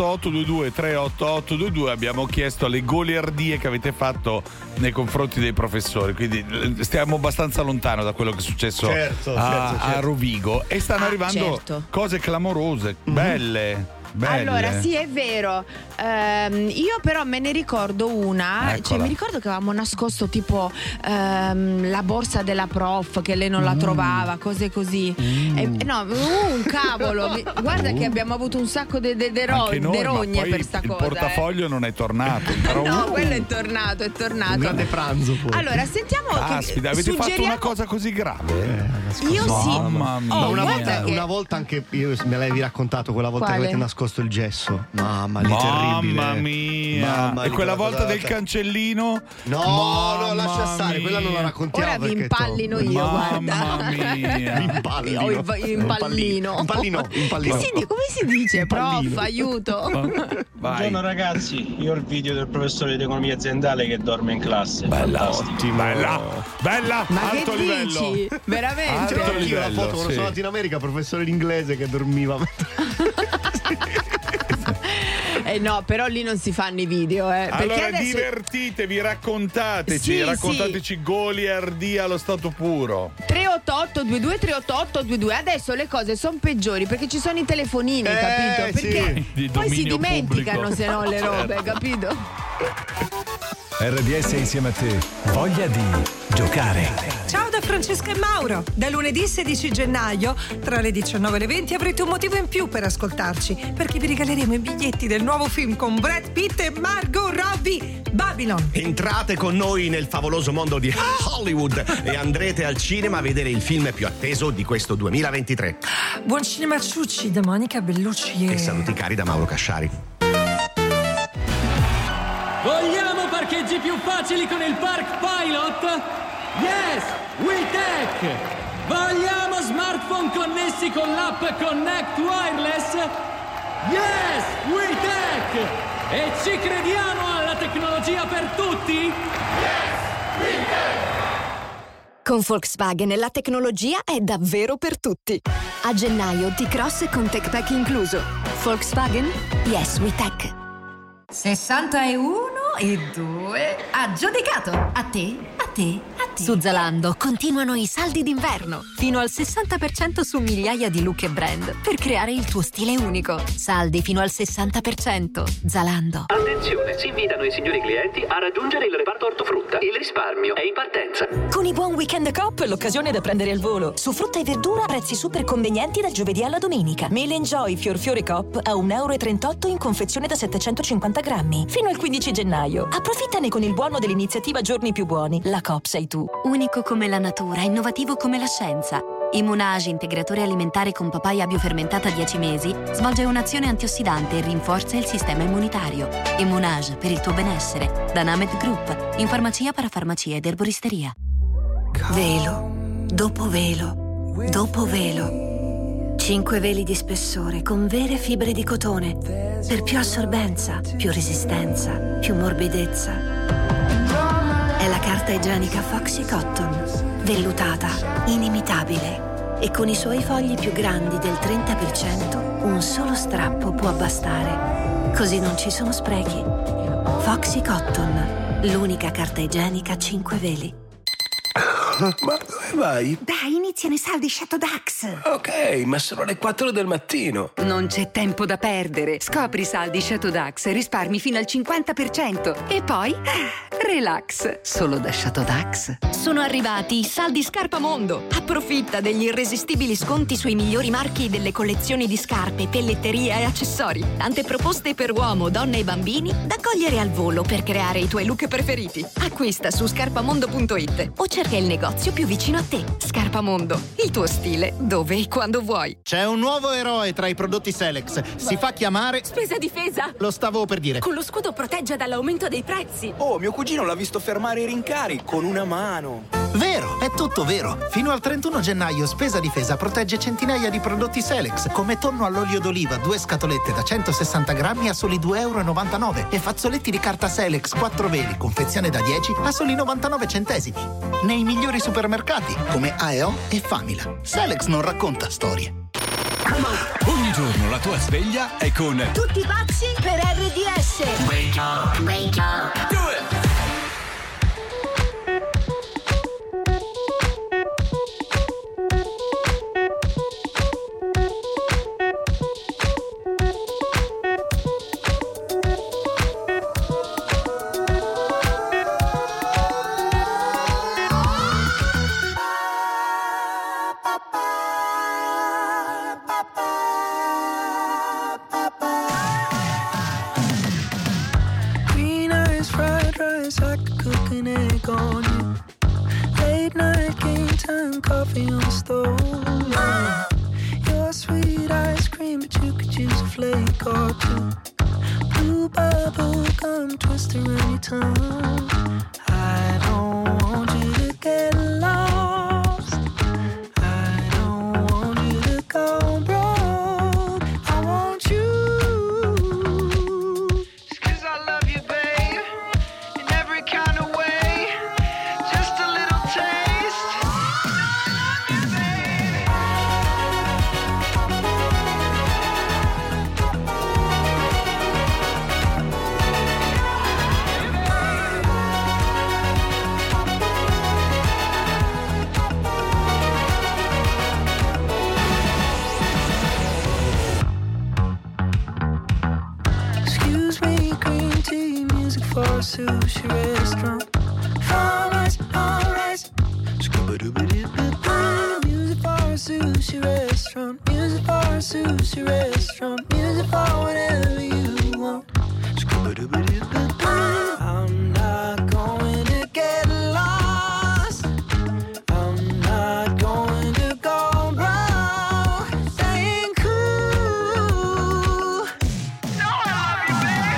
38822 abbiamo chiesto le goliardie che avete fatto nei confronti dei professori, quindi stiamo abbastanza lontano da quello che è successo a Rovigo e stanno arrivando cose clamorose, belle. Allora sì, è vero. Io però me ne ricordo una. Eccola. Cioè, mi ricordo che avevamo nascosto tipo la borsa della prof, che lei non la trovava, cose così. No, un cavolo. Guarda che abbiamo avuto un sacco di rogne per sta cosa. Il portafoglio non è tornato. Però no, quello è tornato. Un grande pranzo poi. Allora, sentiamo. Caspita, avete fatto una cosa così grave? Io sì. Mamma mia. Ma una volta anche io me l'avevi raccontato, quella volta Quale? che avete nascosto il gesso. Mamma mia, terribile. Mamma mia. E quella volta del cancellino? No, lascia stare, quella non la raccontiamo. Ora vi impallino io, guarda. Mamma mia. Impallino. Come si dice? Prof, aiuto. Buongiorno ragazzi, io ho il video del professore di economia aziendale che dorme in classe. Bella, bella, ma alto che livello. dici? Veramente? Alto Io livello, la foto quando sono andato in America, professore di inglese che dormiva. No, però lì non si fanno i video, perché allora adesso... divertitevi, raccontateci goliardie allo stato puro. 388-22 adesso le cose sono peggiori perché ci sono i telefonini, capito? Perché poi si dimenticano se no le robe, capito? RDS insieme a te, voglia di giocare. Ciao da Francesca e Mauro. Da lunedì 16 gennaio, tra le 19 e le 20, avrete un motivo in più per ascoltarci, perché vi regaleremo i biglietti del nuovo film con Brad Pitt e Margot Robbie, Babylon. Entrate con noi nel favoloso mondo di Hollywood e andrete al cinema a vedere il film più atteso di questo 2023. Buon cinema ciucci da Monica Bellucci E saluti cari da Mauro Casciari. Vogliamo parcheggi più facili con il Park Pilot? Yes, WeTech! Vogliamo smartphone connessi con l'app Connect Wireless? Yes, WeTech! E ci crediamo alla tecnologia per tutti? Yes, WeTech! Con Volkswagen la tecnologia è davvero per tutti. A gennaio T-Cross con Tech Pack incluso. Volkswagen, yes, WeTech. 61 e 2. Aggiudicato. A te, a te, a te. Su Zalando continuano i saldi d'inverno. Fino al 60% su migliaia di look e brand per creare il tuo stile unico. Saldi fino al 60%. Zalando. Attenzione, si invitano i signori clienti a raggiungere il reparto ortofrutta. Il risparmio è in partenza. Con i buon Weekend Coop l'occasione è da prendere al volo. Su frutta e verdura prezzi super convenienti dal giovedì alla domenica. Mele Enjoy Fior Coop a €1,38 in confezione da 750 grammi. Fino al 15 gennaio. Approfittane con il buono dell'iniziativa Giorni più buoni. La Coop sei tu. Unico come la natura, innovativo come la scienza. Immunage, integratore alimentare con papaya biofermentata 10 mesi, svolge un'azione antiossidante e rinforza il sistema immunitario. Immunage, per il tuo benessere. Da Named Group, in farmacia, parafarmacia ed erboristeria. Velo, dopo velo, dopo velo. 5 veli di spessore con vere fibre di cotone. Per più assorbenza, più resistenza, più morbidezza. È la carta igienica Foxy Cotton. Vellutata, inimitabile. E con i suoi fogli più grandi del 30%, un solo strappo può bastare. Così non ci sono sprechi. Foxy Cotton, l'unica carta igienica 5 veli. Ma dove vai? Dai, iniziano i saldi Shadow Dax. Ok, ma sono le 4 del mattino. Non c'è tempo da perdere. Scopri i saldi Shadow Dax e risparmi fino al 50%. E poi, relax, solo da Shadow Dax. Sono arrivati i saldi Scarpamondo. Approfitta degli irresistibili sconti sui migliori marchi delle collezioni di scarpe, pelletteria e accessori. Tante proposte per uomo, donna e bambini da cogliere al volo per creare i tuoi look preferiti. Acquista su scarpamondo.it o cerca il negozio più vicino a te. Scarpamondo, il tuo stile dove e quando vuoi. C'è un nuovo eroe tra i prodotti Selex. Si fa chiamare Spesa difesa. Lo stavo per dire. Con lo scudo protegge dall'aumento dei prezzi. Oh, mio cugino l'ha visto fermare i rincari con una mano. Vero, è tutto vero. Fino al 31 gennaio Spesa Difesa protegge centinaia di prodotti Selex, come tonno all'olio d'oliva, 2 scatolette da 160 grammi a soli €2,99 e fazzoletti di carta Selex 4 veli, confezione da 10 a soli 99 centesimi. Nei migliori supermercati come AEO e Famila. Selex non racconta storie. Ogni giorno la tua sveglia è con Tutti pazzi per RDS. Wake up, wake up. Do it. On you. Late night game time coffee on the stove. Your sweet ice cream, but you could use a flake or two. Blue bubble gum twist around your tongue. I don't want you to get lost. I don't want you to go broke. I want you. Just 'cause I love you, babe, in every kind of way. For a sushi restaurant, all rice. Scuba-dooba-doo-ba-doo. Music for a sushi restaurant, music for a sushi restaurant, music for whatever you want. Scuba-dooba-doo-ba-doo. I'm not going to get lost. I'm not going to go broke. Staying cool. No, I love you, baby.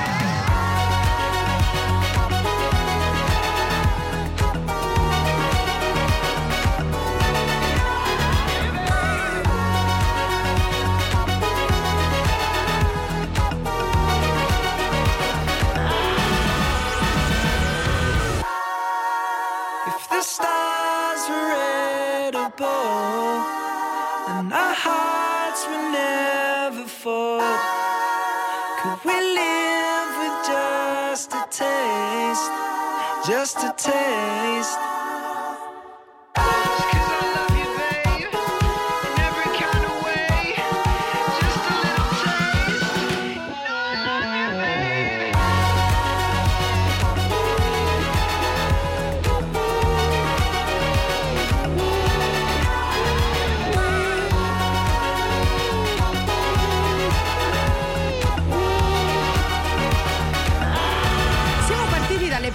And our hearts will never fall. Could we live with just a taste? Just a taste.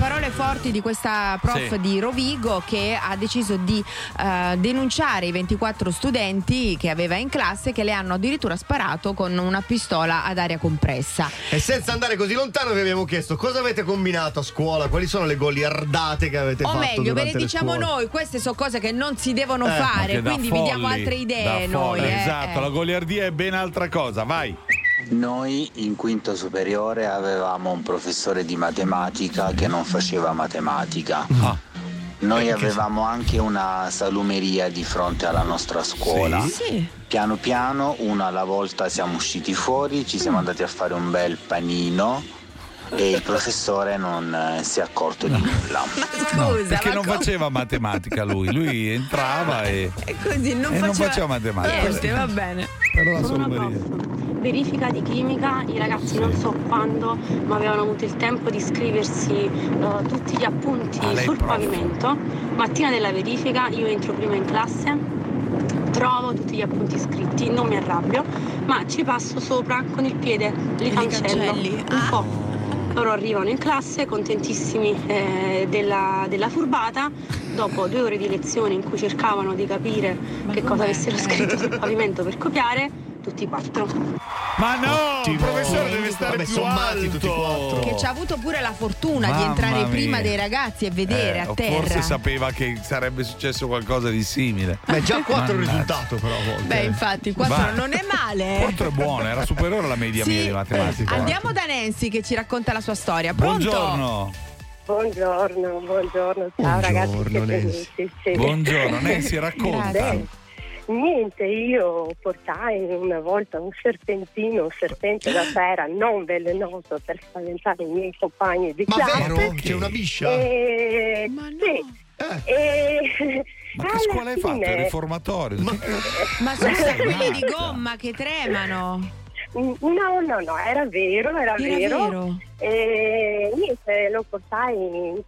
parole forti di questa prof di Rovigo che ha deciso di denunciare i 24 studenti che aveva in classe, che le hanno addirittura sparato con una pistola ad aria compressa. E senza andare così lontano vi abbiamo chiesto cosa avete combinato a scuola, quali sono le goliardate che avete fatto. O meglio, ve le diciamo scuole. noi, queste sono cose che non si devono fare, quindi vi diamo altre idee noi. Esatto, la goliardia è ben altra cosa, vai. Noi in quinto superiore avevamo un professore di matematica che non faceva matematica. Noi avevamo anche una salumeria di fronte alla nostra scuola. Sì. Piano piano, una alla volta siamo usciti fuori, ci siamo andati a fare un bel panino e il professore non si è accorto di nulla. Ma scusa, perché non faceva matematica lui entrava e così non faceva matematica. Niente, va bene. Però la salumeria. Verifica di chimica, i ragazzi non so quando, ma avevano avuto il tempo di scriversi tutti gli appunti sul pavimento. Mattina della verifica io entro prima in classe, trovo tutti gli appunti scritti, non mi arrabbio, ma ci passo sopra con il piede, li cancello un po'. Loro arrivano in classe contentissimi della furbata. Dopo 2 ore di lezione in cui cercavano di capire che cosa avessero scritto sul pavimento per copiare, tutti 4. Ma no, il professore deve stare più alto. Tutti 4. Che ci ha avuto pure la fortuna di entrare prima dei ragazzi e vedere a terra. Forse sapeva che sarebbe successo qualcosa di simile. Beh, già 4 è il risultato però a volte. Beh, infatti 4 non è male. 4 è buono, era superiore alla media mia di matematica. Andiamo da Nancy che ci racconta la sua storia. Pronto? Buongiorno, ciao ragazzi. Buongiorno, Nancy, racconta. Niente, io portai una volta un serpente da terra non velenoso per spaventare i miei compagni di classe. Ma vero? C'è una biscia? Ma no. Sì. Ma che scuola hai fatto? Il riformatorio? Ma sono quelli di gomma che tremano. No, era vero. E niente, lo portai in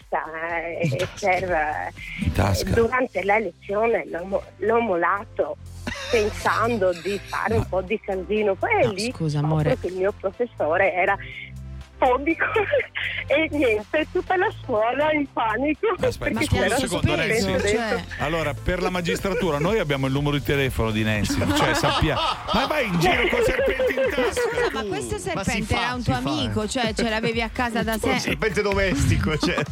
tasca. Durante la lezione l'ho molato pensando di fare un po' di casino. Poi lì scusa, amore, che il mio professore era fobico e niente, tutta la scuola in panico. Aspetta, scusa un secondo, Nancy. Allora, per la magistratura noi abbiamo il numero di telefono di Nancy, cioè sappiamo. Ma vai in giro con serpenti in tasca. Scusa, ma questo serpente era un tuo amico, cioè ce l'avevi a casa da sé? Un serpente domestico, cioè.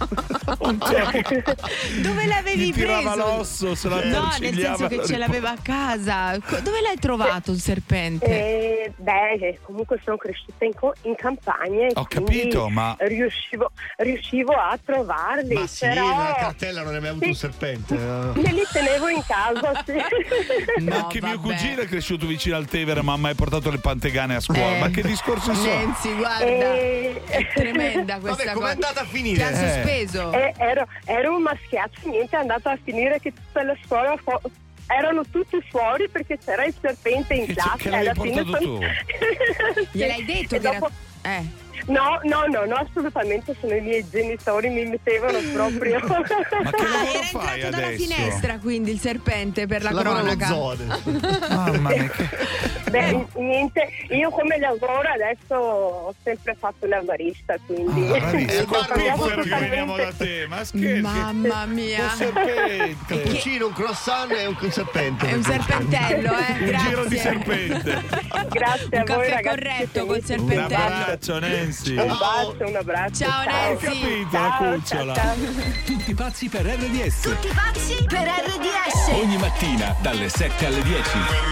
Dove l'avevi preso? Tirava l'osso, se la no, nel senso che ce l'aveva a casa. Dove l'hai trovato un serpente? Comunque sono cresciuta in campagna. Ho capito, ma riuscivo a trovarli. Ma sì, però nella cartella non hai mai avuto un serpente? Me li tenevo in casa, sì. Anche mio cugino è cresciuto vicino al Tevere, ma ha mai portato le pantegane a scuola. Ma che discorsi sono? Nancy, guarda, è tremenda questa cosa. Com'è andata a finire? Ti ha sospeso. Ero un maschiaccio, niente, è andata a finire che tutta la scuola erano tutti fuori perché c'era il serpente in classe. Che l'hai portato tu? Gliel'hai detto che No, assolutamente, sono i miei genitori, mi mettevano proprio. Ma che lavoro era fai entrato adesso? dalla finestra, quindi il serpente per la cronaca. Mamma mia. Beh, niente, io come lavoro adesso ho sempre fatto la barista, quindi. È col che veniamo da te, ma scherzi. Mamma mia. Un serpente. Cappuccino, un croissant e un serpente. È un serpentello, grazie. Un giro di serpente. Grazie a voi, ragazzi. Corretto col serpentello. Un abbraccio, Nancy. Un abbraccio. Ciao, Nancy. Ho capito, la cucciola. Tutti pazzi per RDS. Tutti pazzi per RDS. Ogni mattina dalle 7 alle 10.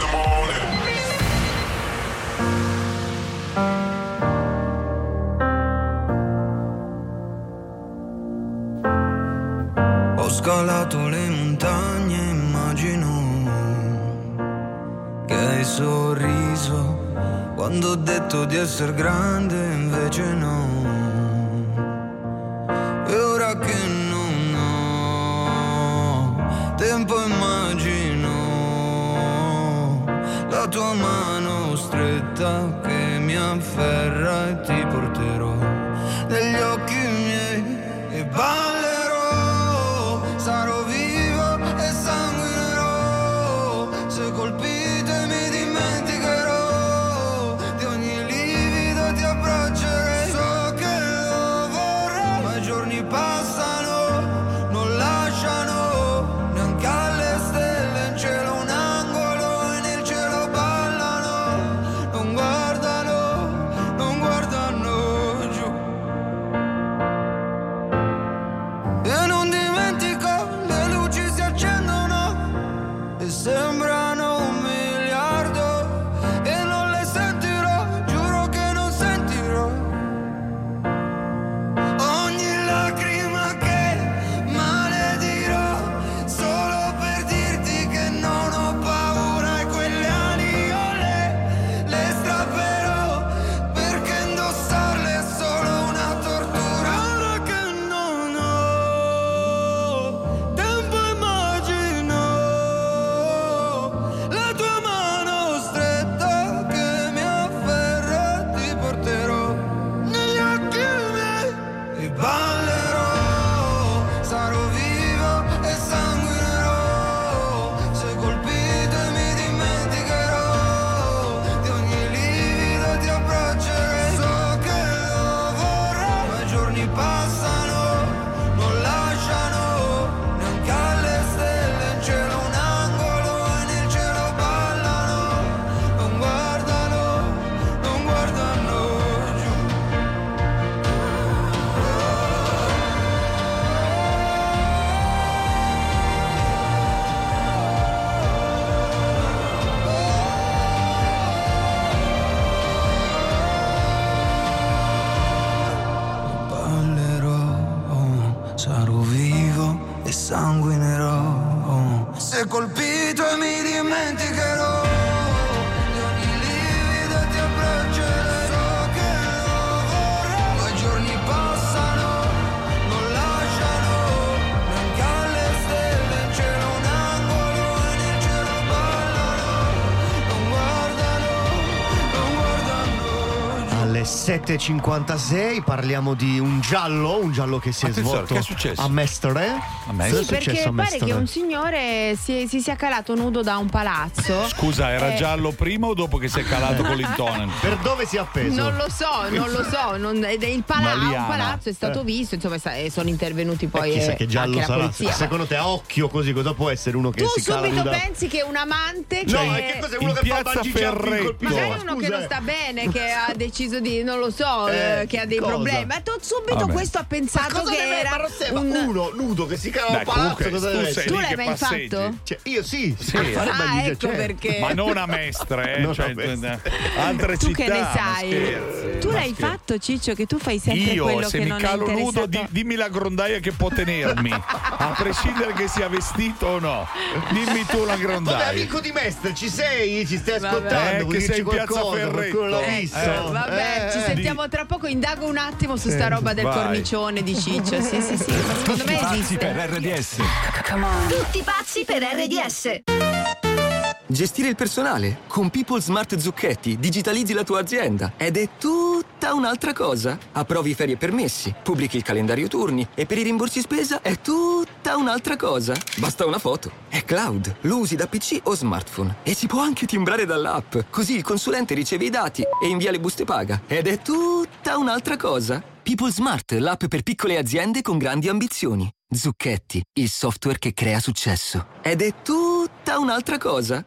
Ho scalato le montagne, immagino che hai sorriso quando ho detto di essere grande, invece no. E ora che non ho tempo, immagino la tua mano stretta che mi afferra e ti porterò negli occhi miei e ballerò, sarò vivo e sanguinerò, se colpite mi dimenticherò di ogni livido, ti abbraccerei, so che lo vorrei, ma i giorni sarò vivo e sanguinerò. Se colpito e mi dimenticherò di ogni livido ti abbraccerò che lo vorrei. Ma i giorni passano, non lasciano neanche alle stelle in cielo un angolo e nel cielo ballano, non guardano. Alle 7.56 parliamo di un giallo che si è svolto che è successo? a Mestre. Sì, perché pare che un signore si sia calato nudo da un palazzo. Scusa, era giallo prima o dopo che si è calato con l'intonaco? Per dove si è appeso? Non lo so. Il palazzo è stato visto, insomma, sono intervenuti poi chissà che giallo anche la sarà. polizia. Secondo te a occhio così cosa può essere uno che tu si cala subito nuda? pensi che un amante No, che cos'è uno in che fa piazza bungee jumping col Ferretto. magari uno che non sta bene, che ha deciso di, non lo so, che ha dei cosa? problemi. Ma subito questo ha pensato che era uno nudo che si cala al palazzo. Cosa deve essere? Tu l'hai mai fatto? Cioè, io sì. Ecco perché. Ma non a Mestre, Non cioè, a Mestre. altre Tu città. che ne sai? Scherzi, Tu l'hai fatto, Ciccio, che tu fai sempre quello se che mi non calo è interessato. nudo, dimmi la grondaia che può tenermi, a prescindere che sia vestito o no. Dimmi tu la grondaia. Vabbè, amico di Mestre, ci sei? Ci stai ascoltando? Vuoi che sei dirci in piazza qualcosa? Ferretto. Qualcuno l'ha visto? Vabbè, ci sentiamo tra poco. Indago un attimo su sta roba del vai. cornicione di Ciccio. Sì, ma secondo me esiste. Per RDS. Tutti pazzi per RDS. Gestire il personale con People Smart Zucchetti digitalizzi la tua azienda ed è tutta un'altra cosa. Approvi ferie e permessi, pubblichi il calendario turni e per i rimborsi spesa è tutta un'altra cosa. Basta una foto. È cloud, lo usi da PC o smartphone e si può anche timbrare dall'app. Così il consulente riceve i dati e invia le buste paga. Ed è tutta un'altra cosa. People Smart, l'app per piccole aziende con grandi ambizioni. Zucchetti, il software che crea successo. Ed è tutta un'altra cosa.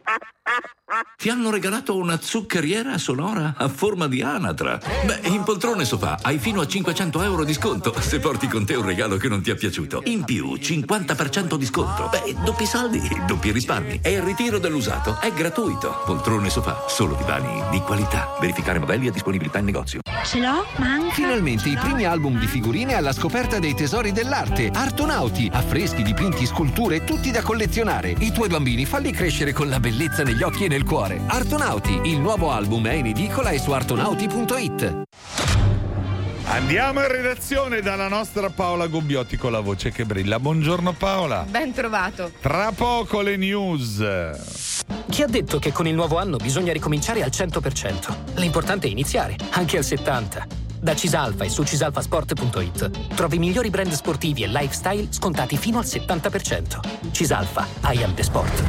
Ti hanno regalato una zuccheriera sonora a forma di anatra. Beh, in Poltrone Sofà hai fino a 500 euro di sconto se porti con te un regalo che non ti è piaciuto. In più, 50% di sconto. Beh, doppi saldi, doppi risparmi. E il ritiro dell'usato è gratuito. Poltrone Sofà, solo divani di qualità. Verificare modelli e disponibilità in negozio. Ce l'ho, manca. Finalmente i primi album di figurine alla scoperta dei tesori dell'arte. Artonauti, affreschi, dipinti, sculture, tutti da collezionare. I tuoi bambini falli crescere con la bellezza negli occhi e nel cuore. Artonauti, il nuovo album è in edicola e su artonauti.it. Andiamo in redazione dalla nostra Paola Gubbiotti con la voce che brilla. Buongiorno Paola. Ben trovato. Tra poco le news. Chi ha detto che con il nuovo anno bisogna ricominciare al 100%? L'importante è iniziare, anche al 70%. Da Cisalfa e su cisalfasport.it trovi i migliori brand sportivi e lifestyle scontati fino al 70%. Cisalfa, I am the sport.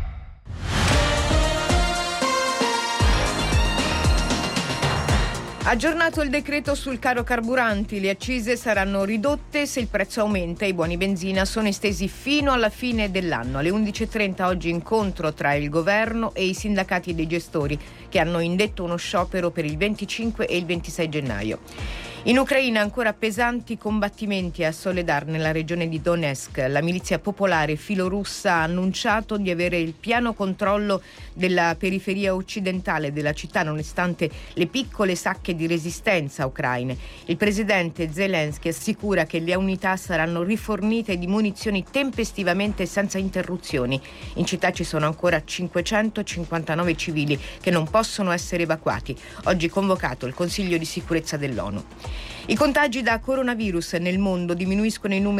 Aggiornato il decreto sul caro carburanti, le accise saranno ridotte se il prezzo aumenta e i buoni benzina sono estesi fino alla fine dell'anno. Alle 11.30 oggi incontro tra il governo e i sindacati dei gestori che hanno indetto uno sciopero per il 25 e il 26 gennaio. In Ucraina ancora pesanti combattimenti a Soledar, nella regione di Donetsk. La milizia popolare filorussa ha annunciato di avere il pieno controllo della periferia occidentale della città, nonostante le piccole sacche di resistenza ucraine. Il presidente Zelensky assicura che le unità saranno rifornite di munizioni tempestivamente e senza interruzioni. In città ci sono ancora 559 civili che non possono essere evacuati. Oggi convocato il Consiglio di sicurezza dell'ONU. I contagi da coronavirus nel mondo diminuiscono in numero